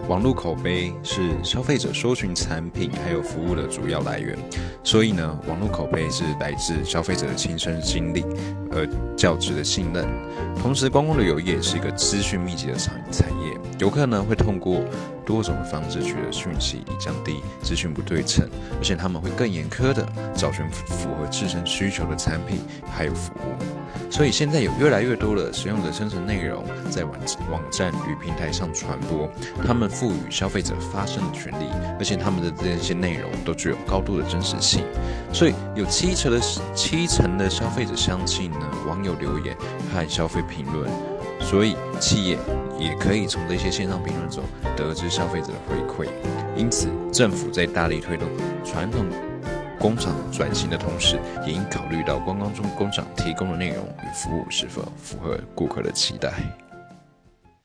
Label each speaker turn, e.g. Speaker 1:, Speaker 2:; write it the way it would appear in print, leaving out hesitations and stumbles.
Speaker 1: 网络口碑是消费者搜寻产品还有服务的主要来源，所以呢，网络口碑是来自消费者的亲身经历，较值的信任。同时，观光旅游业是一个资讯密集的产业，游客呢会通过多种方式取得讯息，以降低资讯不对称，而且他们会更严苛的找寻符合自身需求的产品还有服务。所以现在有越来越多的使用者生成内容在网站与平台上传播，他们赋予消费者发声的权利，而且他们的这些内容都具有高度的真实性。所以有七成的消费者相信呢网友留言和消费评论，所以企业也可以从这些线上评论中得知消费者的回馈。因此，政府在大力推动传统工厂转型的同时，也应考虑到观光中工厂提供的内容与服务是否符合顾客的期待。